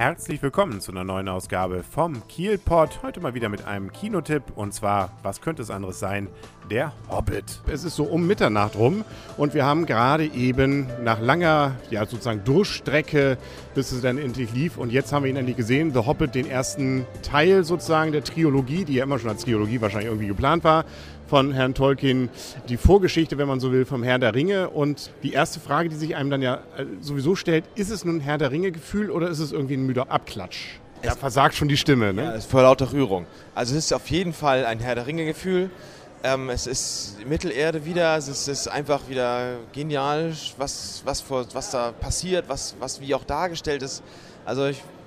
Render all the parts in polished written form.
Herzlich willkommen zu einer neuen Ausgabe vom Kielpod. Heute mal wieder mit einem Kinotipp und zwar, was könnte es anderes sein? Der Hobbit. Es ist so um Mitternacht rum und wir haben gerade eben nach langer, sozusagen Durchstrecke, bis es dann endlich lief und jetzt haben wir ihn endlich gesehen, The Hobbit, den ersten Teil sozusagen der Trilogie, die ja immer schon als Trilogie wahrscheinlich irgendwie geplant war, von Herrn Tolkien, die Vorgeschichte, wenn man so will, vom Herr der Ringe. Und die erste Frage, die sich einem dann ja sowieso stellt, ist es nun ein Herr der Ringe-Gefühl oder ist es irgendwie ein müder Abklatsch? Da versagt schon die Stimme, ne? Ja, es ist vor lauter Rührung. Also es ist auf jeden Fall ein Herr der Ringe-Gefühl. Es ist Mittelerde wieder, es ist einfach wieder genial, was da passiert, was wie auch dargestellt ist. Also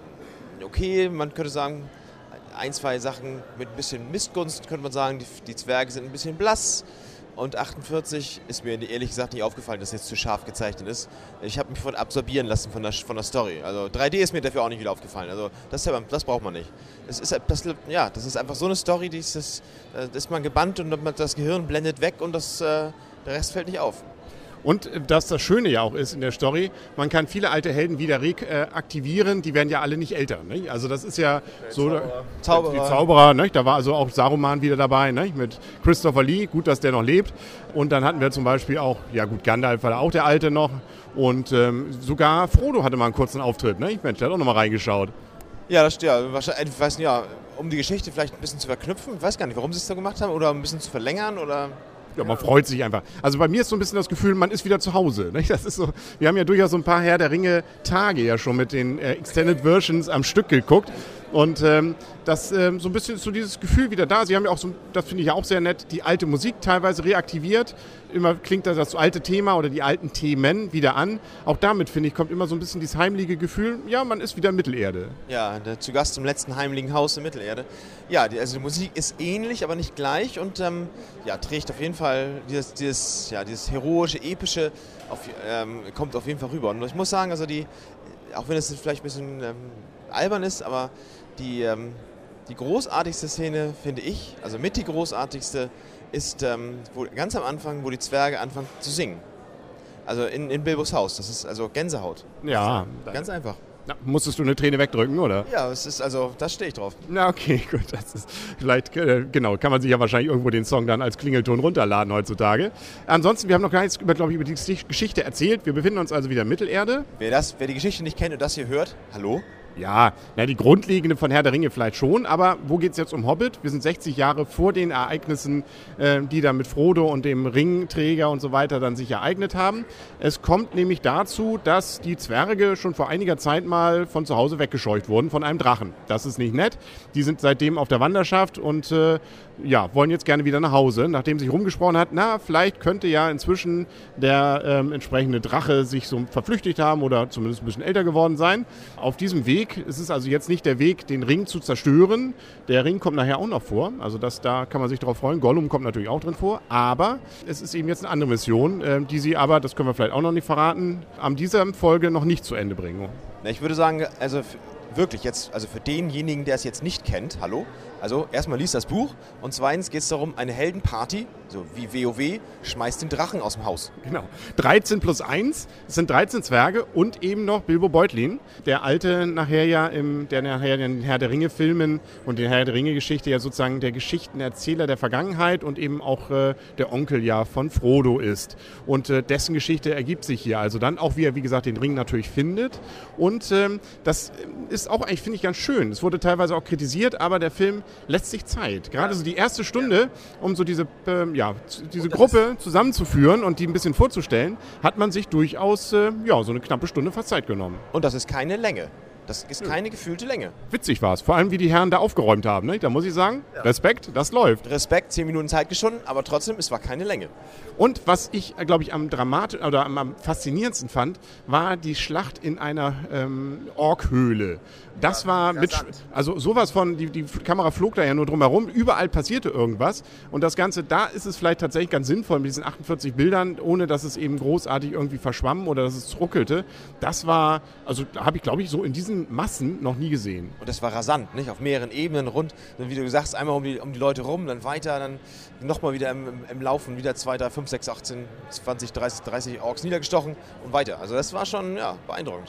man könnte sagen, ein, zwei Sachen mit ein bisschen Missgunst, könnte man sagen, die Zwerge sind ein bisschen blass. Und 48 ist mir ehrlich gesagt nicht aufgefallen, dass es jetzt zu scharf gezeichnet ist. Ich habe mich absorbieren lassen von der Story. Also 3D ist mir dafür auch nicht wieder aufgefallen. Also das braucht man nicht. Das ist einfach so eine Story, da ist man gebannt und das Gehirn blendet weg und der Rest fällt nicht auf. Und dass das Schöne ja auch ist in der Story, man kann viele alte Helden wieder reaktivieren, die werden ja alle nicht älter. Ne? Also das ist ja so, die Zauberer, ne? Da war also auch Saruman wieder dabei, ne? Mit Christopher Lee, gut, dass der noch lebt. Und dann hatten wir zum Beispiel auch, Gandalf war auch der Alte noch. Und sogar Frodo hatte mal einen kurzen Auftritt, ne? Mensch, der hat auch noch mal reingeschaut. Ja, das stimmt. Wahrscheinlich, ich weiß nicht, um die Geschichte vielleicht ein bisschen zu verknüpfen. Ich weiß gar nicht, warum sie es so gemacht haben oder ein bisschen zu verlängern oder... Ja, man freut sich einfach. Also bei mir ist so ein bisschen das Gefühl, man ist wieder zu Hause. Nicht? Das ist so, wir haben ja durchaus so ein paar Herr der Ringe Tage ja schon mit den Extended Versions am Stück geguckt. Und das so ein bisschen ist so dieses Gefühl wieder da. Sie haben ja auch so, das finde ich ja auch sehr nett, die alte Musik teilweise reaktiviert. Immer klingt das alte Thema oder die alten Themen wieder an. Auch damit, finde ich, kommt immer so ein bisschen dieses heimliche Gefühl, ja, man ist wieder in Mittelerde. Ja, zu Gast im letzten heimlichen Haus in Mittelerde. Ja, die Musik ist ähnlich, aber nicht gleich und trägt auf jeden Fall dieses heroische, epische, kommt auf jeden Fall rüber. Und ich muss sagen, also auch wenn es vielleicht ein bisschen albern ist, aber die großartigste Szene, finde ich, also mit die großartigste, ist ganz am Anfang, wo die Zwerge anfangen zu singen. Also in Bilbos Haus. Das ist also Gänsehaut. Ja. Ganz einfach. Na, musstest du eine Träne wegdrücken, oder? Ja, da stehe ich drauf. Na, okay, gut. Das ist vielleicht, kann man sich ja wahrscheinlich irgendwo den Song dann als Klingelton runterladen heutzutage. Ansonsten, wir haben noch gar nichts über die Geschichte erzählt. Wir befinden uns also wieder in Mittelerde. Wer die Geschichte nicht kennt und das hier hört, hallo? Ja, die grundlegende von Herr der Ringe vielleicht schon, aber wo geht es jetzt um Hobbit? Wir sind 60 Jahre vor den Ereignissen, die dann mit Frodo und dem Ringträger und so weiter dann sich ereignet haben. Es kommt nämlich dazu, dass die Zwerge schon vor einiger Zeit mal von zu Hause weggescheucht wurden von einem Drachen. Das ist nicht nett. Die sind seitdem auf der Wanderschaft und wollen jetzt gerne wieder nach Hause, nachdem sich rumgesprochen hat, vielleicht könnte ja inzwischen der entsprechende Drache sich so verflüchtigt haben oder zumindest ein bisschen älter geworden sein. Auf diesem Weg, es ist also jetzt nicht der Weg, den Ring zu zerstören. Der Ring kommt nachher auch noch vor, also da kann man sich drauf freuen. Gollum kommt natürlich auch drin vor, aber es ist eben jetzt eine andere Mission, die sie aber, das können wir vielleicht auch noch nicht verraten, an dieser Folge noch nicht zu Ende bringen. Ich würde sagen, also wirklich jetzt, also für denjenigen, der es jetzt nicht kennt, hallo, also erstmal liest das Buch und zweitens geht es darum, eine Heldenparty, so wie WoW, schmeißt den Drachen aus dem Haus. Genau, 13 plus 1, es sind 13 Zwerge und eben noch Bilbo Beutlin, der Alte der nachher den Herr der Ringe Filmen und die Herr der Ringe Geschichte ja sozusagen der Geschichtenerzähler der Vergangenheit und eben auch der Onkel ja von Frodo ist. Und dessen Geschichte ergibt sich hier also dann auch, wie er, wie gesagt, den Ring natürlich findet und das ist auch eigentlich, finde ich, ganz schön. Es wurde teilweise auch kritisiert, aber der Film lässt sich Zeit. Gerade so die erste Stunde, um so diese Gruppe zusammenzuführen und die ein bisschen vorzustellen, hat man sich durchaus so eine knappe Stunde fast Zeit genommen. Und das ist keine Länge. Das ist keine gefühlte Länge. Witzig war es, vor allem wie die Herren da aufgeräumt haben. Ne? Da muss ich sagen, Respekt, das läuft. Respekt, 10 Minuten Zeit geschunden, aber trotzdem, es war keine Länge. Und was ich, glaube ich, am faszinierendsten fand, war die Schlacht in einer Orkhöhle. Das war also sowas von, die Kamera flog da ja nur drumherum, überall passierte irgendwas. Und das Ganze, da ist es vielleicht tatsächlich ganz sinnvoll mit diesen 48 Bildern, ohne dass es eben großartig irgendwie verschwamm oder dass es ruckelte. Das war, also habe ich, glaube ich, so in diesen Massen noch nie gesehen. Und das war rasant, nicht? Auf mehreren Ebenen rund. Dann, wie du sagst, einmal um die Leute rum, dann weiter, dann nochmal wieder im Laufen, wieder 2, 3, 5, 6, 18, 20, 30 Orks niedergestochen und weiter. Also das war schon beeindruckend.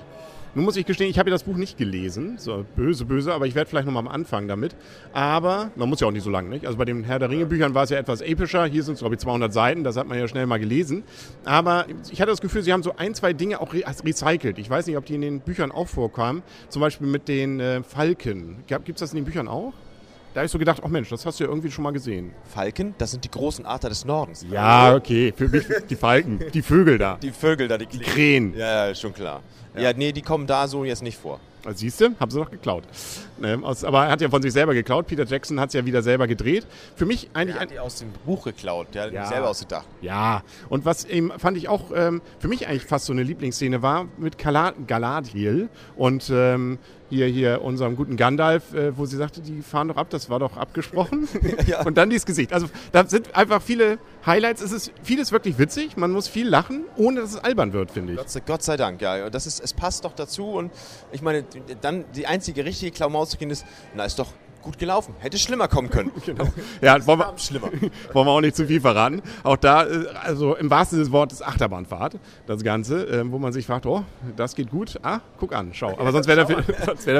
Nun muss ich gestehen, ich habe ja das Buch nicht gelesen. So böse, aber ich werde vielleicht nochmal am Anfang damit. Aber man muss ja auch nicht so lange, nicht? Also bei den Herr der Ringe Büchern war es ja etwas epischer. Hier sind es, glaube ich, 200 Seiten. Das hat man ja schnell mal gelesen. Aber ich hatte das Gefühl, sie haben so 1, 2 Dinge auch recycelt. Ich weiß nicht, ob die in den Büchern auch vorkamen. Zum Beispiel mit den Falken. Gibt es das in den Büchern auch? Da habe ich so gedacht, oh Mensch, das hast du ja irgendwie schon mal gesehen. Falken, das sind die großen Adler des Nordens. Ja, okay, für mich die Falken, die Vögel da. Die Vögel da, die Krähen. Ja, schon klar. Ja, nee, die kommen da so jetzt nicht vor. Siehst du, haben sie noch geklaut. Aber er hat ja von sich selber geklaut. Peter Jackson hat es ja wieder selber gedreht. Für mich eigentlich... Der hat die aus dem Buch geklaut, der hat die selber ausgedacht. Ja, und was eben fand ich auch für mich eigentlich fast so eine Lieblingsszene war mit Galadriel und hier unserem guten Gandalf, wo sie sagte, die fahren doch ab, das war doch abgesprochen. Ja. Und dann dieses Gesicht. Also da sind einfach viele Highlights. Es ist vieles wirklich witzig, man muss viel lachen, ohne dass es albern wird, finde ich. Gott sei Dank, ja. Es passt doch dazu und ich meine, dann die einzige richtige Klamaus zu gehen ist, na, ist doch gut gelaufen. Hätte schlimmer kommen können. Genau. Ja, wollen wir auch nicht zu viel verraten. Auch da, also im wahrsten Sinne des Wortes Achterbahnfahrt, das Ganze, wo man sich fragt, oh, das geht gut. Ah, guck an, schau. Aber sonst wäre der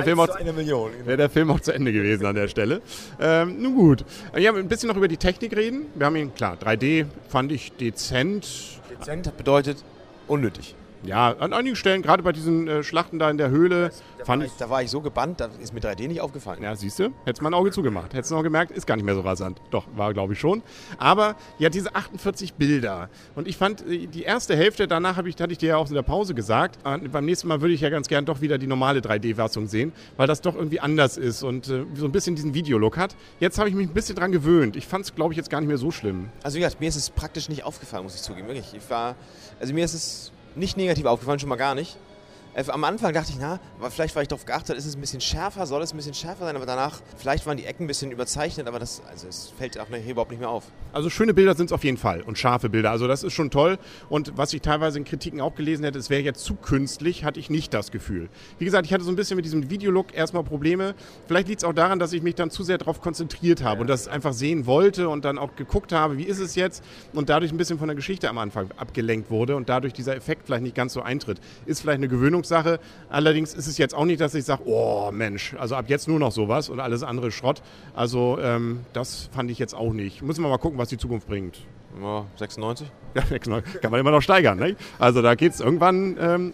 Film auch zu Ende gewesen an der Stelle. Nun gut. Ja, ein bisschen noch über die Technik reden. Wir haben ihn, klar, 3D fand ich dezent. Dezent hat bedeutet unnötig. Ja, an einigen Stellen, gerade bei diesen Schlachten da in der Höhle, da war ich so gebannt, da ist mir 3D nicht aufgefallen. Ja, siehst du, hättest mal ein Auge zugemacht. Hättest du noch gemerkt, ist gar nicht mehr so rasant. Doch, war glaube ich schon. Aber ja, diese 48 Bilder. Und ich fand die erste Hälfte, danach hatte ich dir ja auch in der Pause gesagt, beim nächsten Mal würde ich ja ganz gern doch wieder die normale 3D-Fassung sehen, weil das doch irgendwie anders ist und so ein bisschen diesen Videolook hat. Jetzt habe ich mich ein bisschen dran gewöhnt. Ich fand es, glaube ich, jetzt gar nicht mehr so schlimm. Also wie gesagt, mir ist es praktisch nicht aufgefallen, muss ich zugeben. Wirklich. Mir ist es nicht negativ aufgefallen, schon mal gar nicht. Am Anfang dachte ich, vielleicht war ich darauf geachtet, ist es ein bisschen schärfer, soll es ein bisschen schärfer sein, aber danach, vielleicht waren die Ecken ein bisschen überzeichnet, aber es fällt auch nachher überhaupt nicht mehr auf. Also schöne Bilder sind es auf jeden Fall und scharfe Bilder, also das ist schon toll und was ich teilweise in Kritiken auch gelesen hätte, es wäre jetzt zu künstlich, hatte ich nicht das Gefühl. Wie gesagt, ich hatte so ein bisschen mit diesem Videolook erstmal Probleme, vielleicht liegt es auch daran, dass ich mich dann zu sehr darauf konzentriert habe und das einfach sehen wollte und dann auch geguckt habe, wie ist es jetzt und dadurch ein bisschen von der Geschichte am Anfang abgelenkt wurde und dadurch dieser Effekt vielleicht nicht ganz so eintritt. Ist vielleicht eine Gewöhnungssache. Allerdings ist es jetzt auch nicht, dass ich sage, oh Mensch, also ab jetzt nur noch sowas und alles andere Schrott. Also das fand ich jetzt auch nicht. Müssen wir mal gucken, was die Zukunft bringt. Ja, 96? Ja, 96. Kann man immer noch steigern, ne? Also da geht's irgendwann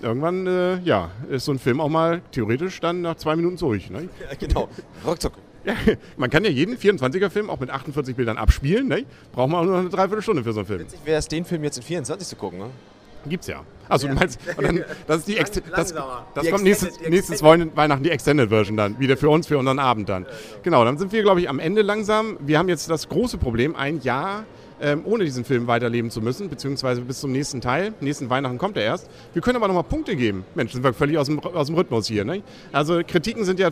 ist so ein Film auch mal theoretisch dann nach 2 Minuten durch, ne? Ja, genau. Ruckzuck. Ja, man kann ja jeden 24er-Film auch mit 48 Bildern abspielen, ne? Braucht man auch nur eine Dreiviertelstunde für so einen Film. Witzig wäre es, den Film jetzt in 24 zu gucken, ne? Gibt's ja. Also du meinst, und dann, das ist das kommt nächstes Weihnachten die Extended Version dann, wieder für uns, für unseren Abend dann. Genau, dann sind wir, glaube ich, am Ende langsam. Wir haben jetzt das große Problem, ein Jahr ohne diesen Film weiterleben zu müssen, beziehungsweise bis zum nächsten Teil. Nächsten Weihnachten kommt er erst. Wir können aber nochmal Punkte geben. Mensch, sind wir völlig aus dem Rhythmus hier. Ne? Also Kritiken sind ja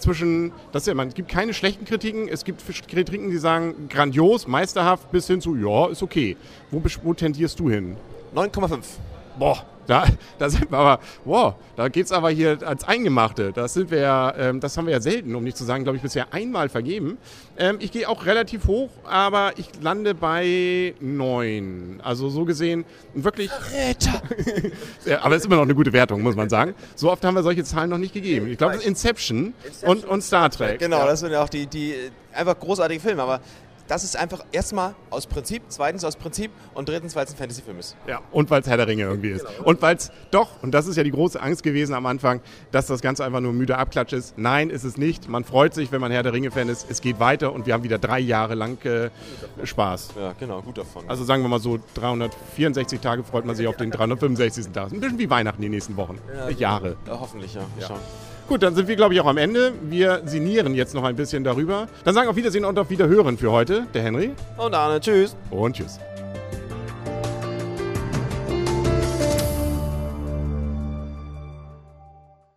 es gibt keine schlechten Kritiken. Es gibt Kritiken, die sagen, grandios, meisterhaft, bis hin zu, ja, ist okay. Wo tendierst du hin? 9,5. Boah, da sind wir aber, da geht's aber hier ans Eingemachte. Das haben wir ja selten, um nicht zu sagen, glaube ich, bisher einmal vergeben. Ich gehe auch relativ hoch, aber ich lande bei 9. Also so gesehen, wirklich... Verräter! Ja, aber es ist immer noch eine gute Wertung, muss man sagen. So oft haben wir solche Zahlen noch nicht gegeben. Ich glaube, Inception und Star Trek. Genau, ja. Das sind ja auch die einfach großartige Filme, aber... Das ist einfach erstmal aus Prinzip, zweitens aus Prinzip und drittens, weil es ein Fantasy-Film ist. Ja, und weil es Herr der Ringe irgendwie ist. Genau. Und weil es und das ist ja die große Angst gewesen am Anfang, dass das Ganze einfach nur müder Abklatsch ist. Nein, ist es nicht. Man freut sich, wenn man Herr der Ringe-Fan ist. Es geht weiter und wir haben wieder 3 Jahre lang Spaß. Ja, genau, gut davon. Also sagen wir mal so, 364 Tage freut man sich auf den 365. Tag. Ein bisschen wie Weihnachten die nächsten Wochen. Ja, Jahre. Ja, hoffentlich, ja. Ja. Gut, dann sind wir, glaube ich, auch am Ende. Wir sinnieren jetzt noch ein bisschen darüber. Dann sagen auf Wiedersehen und auf Wiederhören für heute der Henry. Und Arne, tschüss. Und tschüss.